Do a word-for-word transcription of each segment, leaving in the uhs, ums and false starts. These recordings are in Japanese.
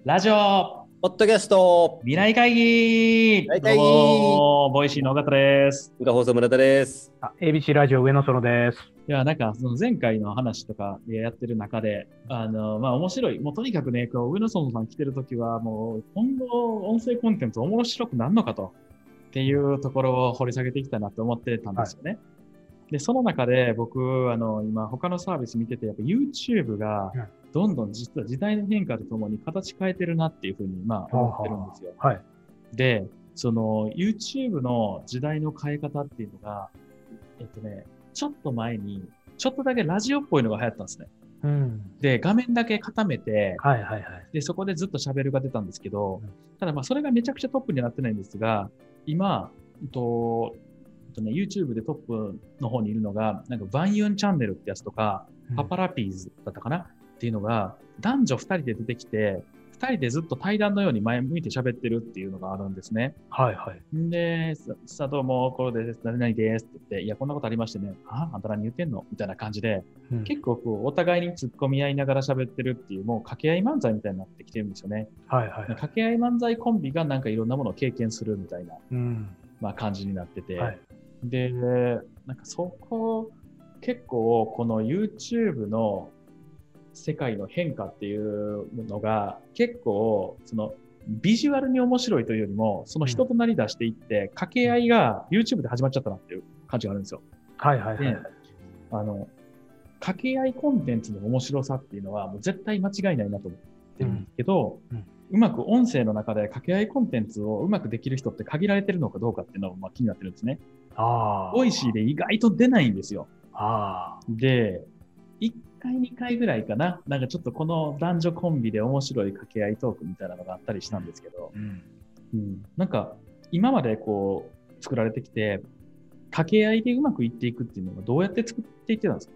ラジオポッドキャスト未来会議どう大会も、ボイシーの尾形です。 裏放送村田です。 あ、エービーシー ラジオ上野園です。 いや、なんか、その前回の話とかでやってる中で、あの、まあ、面白い。もうとにかくね、こう上野園さん来てるときは、もう、今後、音声コンテンツ面白くなるのかと、っていうところを掘り下げていきたいなと思ってたんですよね。で、その中で僕、あの、今、他のサービス見てて、やっぱ YouTube が、どんどん実は時代の変化とともに形変えてるなっていうふうに、まあ、思ってるんですよ。 はい。 で、その YouTube の時代の変え方っていうのが、えっとね、ちょっと前に、ちょっとだけラジオっぽいのが流行ったんですね。 うん。 で、画面だけ固めて、 はいはいはい。 で、そこでずっと喋るが出たんですけどうん、 ただまあ、それがめちゃくちゃトップにはなってないんですが、今、えっと、えっとね、YouTube でトップの方にいるのが、なんか、バンユンチャンネルってやつとか、パパラピーズだったかなっていうのが、男女二人で出てきて、二人でずっと対談のように前向いて喋ってるっていうのがあるんですね。 はいはい。 で、ささあどうも、これです、何々ですって言って、いや、こんなことありましてね、あ、あんた何言ってんのみたいな感じで、 うん結構こう、お互いに突っ込み合いながら喋ってるっていう、もう掛け合い漫才みたいになってきてるんですよね。 はいはいはい。 掛け合い漫才コンビがなんかいろんなものを経験するみたいな、 うん。 まあ、感じになってて、 はい。 で、なんかそこ、結構この YouTube の世界の変化っていうのが結構そのビジュアルに面白いというよりもその人となり出していって掛け合いが YouTube で始まっちゃったなっていう感じがあるんですよ。 はいはいはい。 で、あの、掛け合いコンテンツの面白さっていうのはもう絶対間違いないなと思ってるんですけど、 うんうんうまく音声の中で掛け合いコンテンツをうまくできる人って限られてるのかどうかっていうのがまあ気になってるんですね。 ああ。 ボイシーで意外と出ないんですよ。 ああ。 で、いっかい、にかいぐらいかな。なんかちょっとこの男女コンビで面白い掛け合いトークみたいなのがあったりしたんですけど、 うん。 うん、なんか今までこう作られてきて、掛け合いでうまくいっていくっていうのがどうやって作っていってたんですか？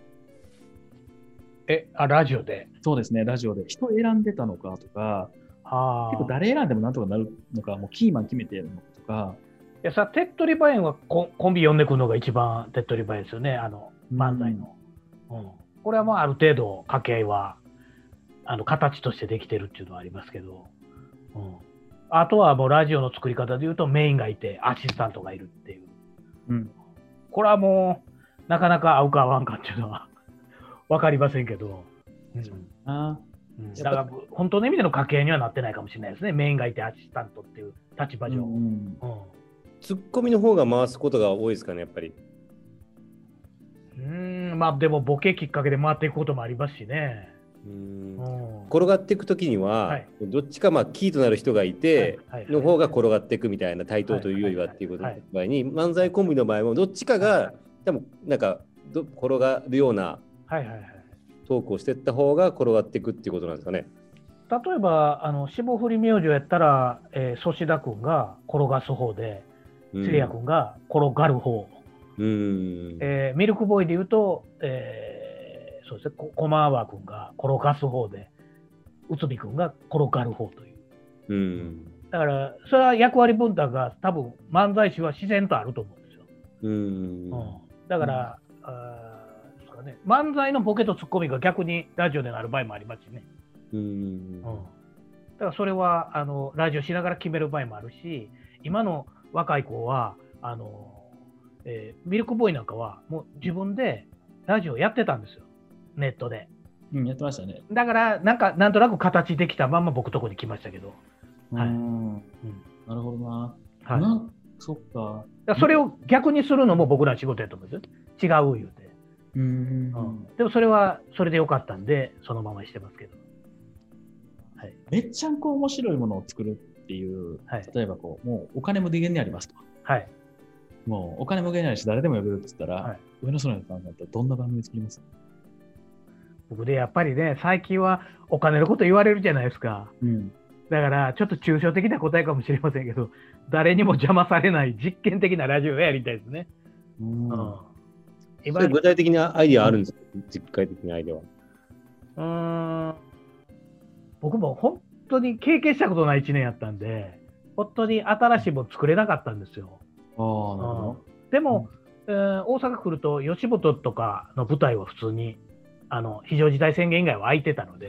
え、あ、ラジオで。 そうですね、ラジオで人選んでたのかとか、 ああ。 結構誰選んでもなんとかなるのか、もうキーマン決めてるのかとか、 いやさ、手っ取り早いのはココンビ呼んでくるのが一番手っ取り早いですよね。あの、漫才の。うん。これはまあある程度掛け合いは、あの、形としてできてるっていうのはありますけど。うん。あとはもうラジオの作り方で言うとメインがいてアシスタントがいるっていう。 うん、 これはもうなかなか合うか合わんかっていうのは分かりませんけど、うんあうん、だから本当の意味での掛け合いにはなってないかもしれないですね。メインがいてアシスタントっていう立場上、 うんうん、 うんツッコミの方が回すことが多いですかね、やっぱり。 うーん、まあでもボケきっかけで回っていくこともありますしね。 うーんうん転がっていくときには、 はいどっちかまあキーとなる人がいて、 はいはいの方が転がっていくみたいな対等というよりはっていうことの場合に、漫才コンビの場合もどっちかが多分なんかど転がるようなはいはいはい。 トークをしていった方が転がっていくっていうことなんですかね。 例えばあの霜降り明星やったら、えー、粗志田君が転がす方で、 うんせいや君が転がる方。 うーんえーミルクボーイで言うと、えーそうですね、こ駒川君が転がす方で、内海君が転がる方という。 うんだから、それは役割分担が多分漫才師は自然とあると思うんですよ。 うーんうん、だから、うん、あそうかね、漫才のボケとツッコミが逆にラジオでなる場合もありますしね。 うーんうん、だからそれはあのラジオしながら決める場合もあるし、今の若い子は、あのえーミルクボーイなんかはもう自分でラジオやってたんですよ、ネットで。 うん、やってましたね。 だからなんかなんとなく形できたまんま僕のとこに来ましたけど、はい、 うん、 うんなるほどな。 はい、 なそっか。 だからそれを逆にするのも僕らの仕事やと思うんですよ。違う言うて、 うん、 うんでもそれはそれでよかったんでそのままにしてますけど、はい、 めっちゃんこ面白いものを作るっていう、 はい、 例えばこう、もうお金無限にありますと。 はい、 もうお金無限にあるし誰でも呼べるって言ったら、 はい、 上野空さんだったらどんな番組作ります？ 僕でやっぱりね、最近はお金のこと言われるじゃないですか。 うん、 だからちょっと抽象的な答えかもしれませんけど、誰にも邪魔されない実験的なラジオをやりたいですね。 うんうん、 それ具体的なアイディアあるんですか、うん、実体的なアイディアは。 うーん僕も本当に経験したことないいちねんやったんで、本当に新しいもの作れなかったんですよ。 ああ、なるほど。 うん、でも、うんえー、大阪来ると吉本とかの舞台は普通にあの非常事態宣言以外は空いてたので、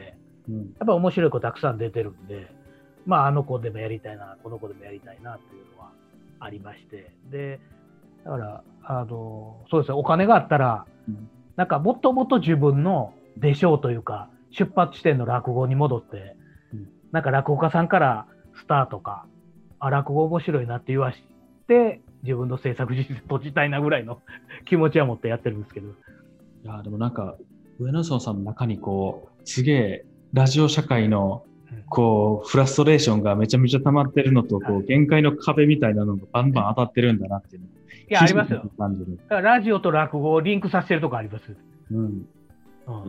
うん、 やっぱり面白い子たくさん出てるんで、まあ、あの子でもやりたいな、この子でもやりたいなっていうのはありまして、で、だから、あの、そうですね、お金があったら、うん、なんかもともと自分の出性というか、出発地点の落語に戻って、うん、なんか落語家さんからスターとか、あ、落語面白いなって言わして、自分の制作人生閉じたいなぐらいの気持ちは持ってやってるんですけど。 いや、でもなんか、上野荘さんの中にこう、すげえ、ラジオ社会の、こう、フラストレーションがめちゃめちゃ溜まってるのと、こう、限界の壁みたいなのがバンバン当たってるんだなっていうの。 いや、ありますよ。だからラジオと落語をリンクさせてるとこあります。うん。うん、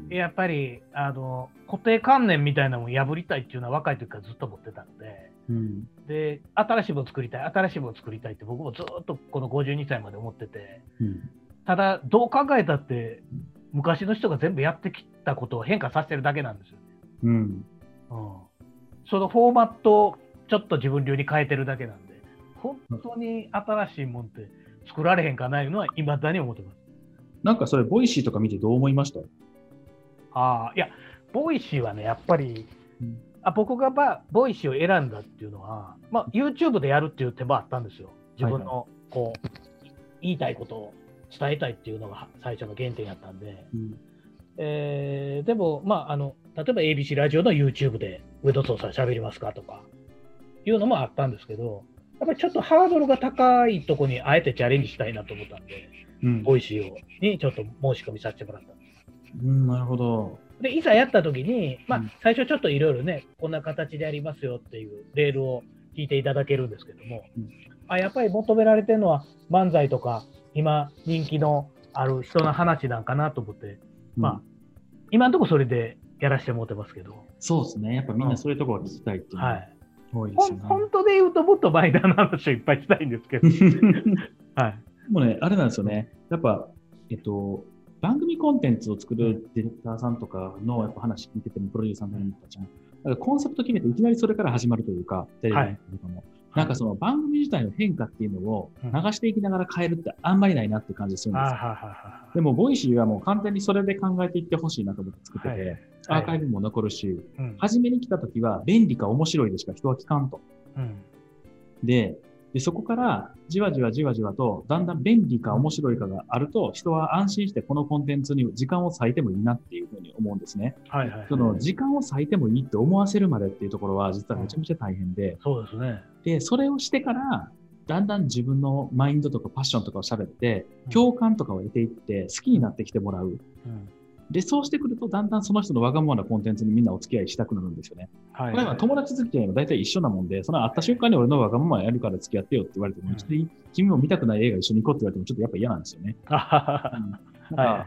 やっぱりあの固定観念みたいなのを破りたいっていうのは若い時からずっと持ってたので、うん、で新しいもの作りたい新しいもの作りたいって僕もずっとこのごじゅうにさいまで思ってて、うん、ただどう考えたって昔の人が全部やってきたことを変化させてるだけなんですよね、うんうん、そのフォーマットをちょっと自分流に変えてるだけなんで本当に新しいもんって作られへんかないのは未だに思ってます。 なんかそれ、ボイシーとか見てどう思いました？ ああ、いや、ボイシーはね、やっぱり、うん、あ僕がばボイシーを選んだっていうのは、まあ、YouTube でやるっていう手もあったんですよ。自分のこう、はいはい、言いたいことを伝えたいっていうのが最初の原点やったんで、うんえー、でも、まあ、あの、例えば エービーシー ラジオの YouTube で上戸荘さん喋りますかとかいうのもあったんですけど、やっぱりちょっとハードルが高いところにあえてチャレンジしたいなと思ったんで、うん、ボイシーをにちょっと申し込みさせてもらったんです。 うん、なるほど。 で、いざやったときに、まあ、うん、最初ちょっといろいろね、こんな形でやりますよっていうレールを聞いていただけるんですけども、うん、あやっぱり求められてるのは漫才とか、今人気のある人の話なんかなと思って、うん、まあ、今のところそれでやらせてもらってますけど。 そうですね。やっぱみんなそういうところを聞きたいっていうのは、はい多いですよね。本当で言うともっとマイナーな話をいっぱいしたいんですけど。 はい。もうね、あれなんですよね。やっぱ、えっと、番組コンテンツを作るディレクターさんとかのやっぱ話聞いてても、プロデューサーの人たちも、なんかコンセプト決めていきなりそれから始まるというか、テレビとかも、はい、なんかその番組自体の変化っていうのを流していきながら変えるってあんまりないなっていう感じするんですよ。うん、でも、ボイシーはもう完全にそれで考えていってほしいなと思って作ってて、はいアーカイブも残るし、はい、初めに来た時は便利か面白いでしか人は聞かんと。うん、でで、そこからじわじわじわじわとだんだん便利か面白いかがあると人は安心してこのコンテンツに時間を割いてもいいなっていうふうに思うんですね。はいはいはい、その時間を割いてもいいって思わせるまでっていうところは実はめちゃめちゃ大変で、うん、 そうですね。 で、それをしてからだんだん自分のマインドとかパッションとかを喋って共感とかを得ていって好きになってきてもらう。うんで、そうしてくると、だんだんその人のわがままなコンテンツにみんなお付き合いしたくなるんですよね。はい、はい。これは友達付き合いも大体一緒なもんで、その会った瞬間に俺のわがままやるから付き合ってよって言われても、うん、君も見たくない映画一緒に行こうって言われてもちょっとやっぱ嫌なんですよね。うんはい、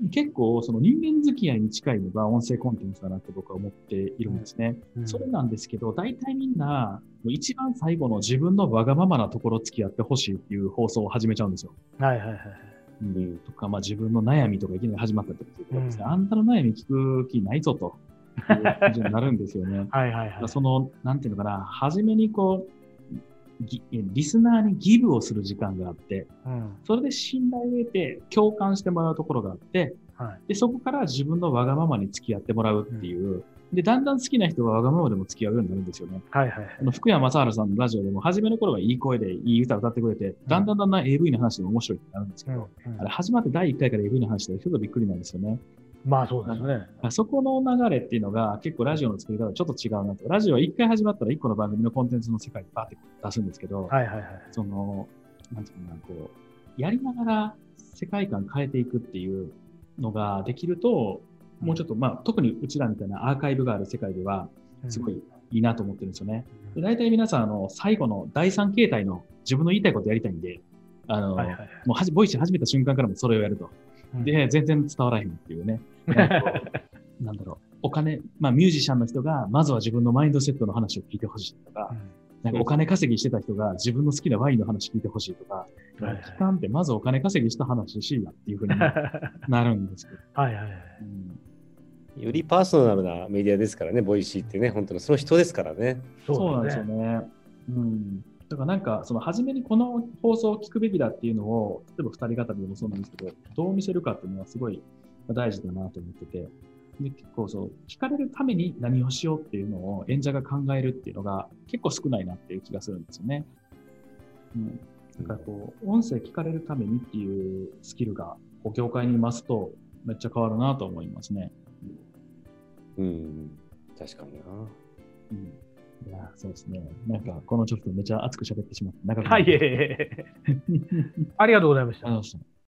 結構、その人間付き合いに近いのが音声コンテンツだなって僕は思っているんですね。うんうん、それなんですけど、大体みんな、一番最後の自分のわがままなところ付き合ってほしいっていう放送を始めちゃうんですよ。はいはいはい。うん、とか、まあ自分の悩みとかいきなり始まったりとかするとですね、うん、あんたの悩み聞く気ないぞという感じになるんですよね。はいはいはい。その、なんていうのかな、初めにこう、リスナーにギブをする時間があって、うん、それで信頼を得て共感してもらうところがあって、はい、でそこから自分のわがままに付き合ってもらうっていう、うんで、だんだん好きな人はわがままでも付き合うようになるんですよね。はいはいはい。あの福山雅治さんのラジオでも、初めの頃はいい声でいい歌歌ってくれて、うん、だんだんだんだん エーブイ の話でも面白いってなるんですけど、うんうん、あれ始まってだいいっかいから エーブイ の話でちょっとびっくりなんですよね。 まあそうですね。 そこの流れっていうのが結構ラジオの作り方はちょっと違うなと。ラジオはいっかい始まったらいっこの番組のコンテンツの世界にバーって出すんですけど、はいはいはい。その、なんていうかな、こう、やりながら世界観変えていくっていうのができると、もうちょっと、まあ、特にうちらみたいなアーカイブがある世界では、すごいいいなと思ってるんですよね。で大体皆さん、あの、最後のだいさん形態の自分の言いたいことやりたいんで、あの、はいはいはい、もうはじ、ボイシー始めた瞬間からもそれをやると。で、全然伝わらへんっていうね。なんだろう、お金、まあ、ミュージシャンの人が、まずは自分のマインドセットの話を聞いてほしいとか、うん、なんかお金稼ぎしてた人が自分の好きなワインの話聞いてほしいとか、はいはい、期間ってまずお金稼ぎした話しいやっていうふうになるんですけど。はいはいはい。うんよりパーソナルなメディアですからね、ボイシーってね、本当にその人ですからね。 そうなんですよね。うん。だからなんか、その初めにこの放送を聞くべきだっていうのを、例えば二人語りでもそうなんですけど、どう見せるかっていうのはすごい大事だなと思ってて、 で、結構そう、聞かれるために何をしようっていうのを演者が考えるっていうのが結構少ないなっていう気がするんですよね。うん。だからこう、音声聞かれるためにっていうスキルが、こう業界に増すとめっちゃ変わるなと思いますね。 うん、うん、確かにな。 うん、いや、そうですね。なんか、このちょっとめっちゃ熱く喋ってしまって、長くなはい、 って。 ええありがとうございました。 ありがとうございました。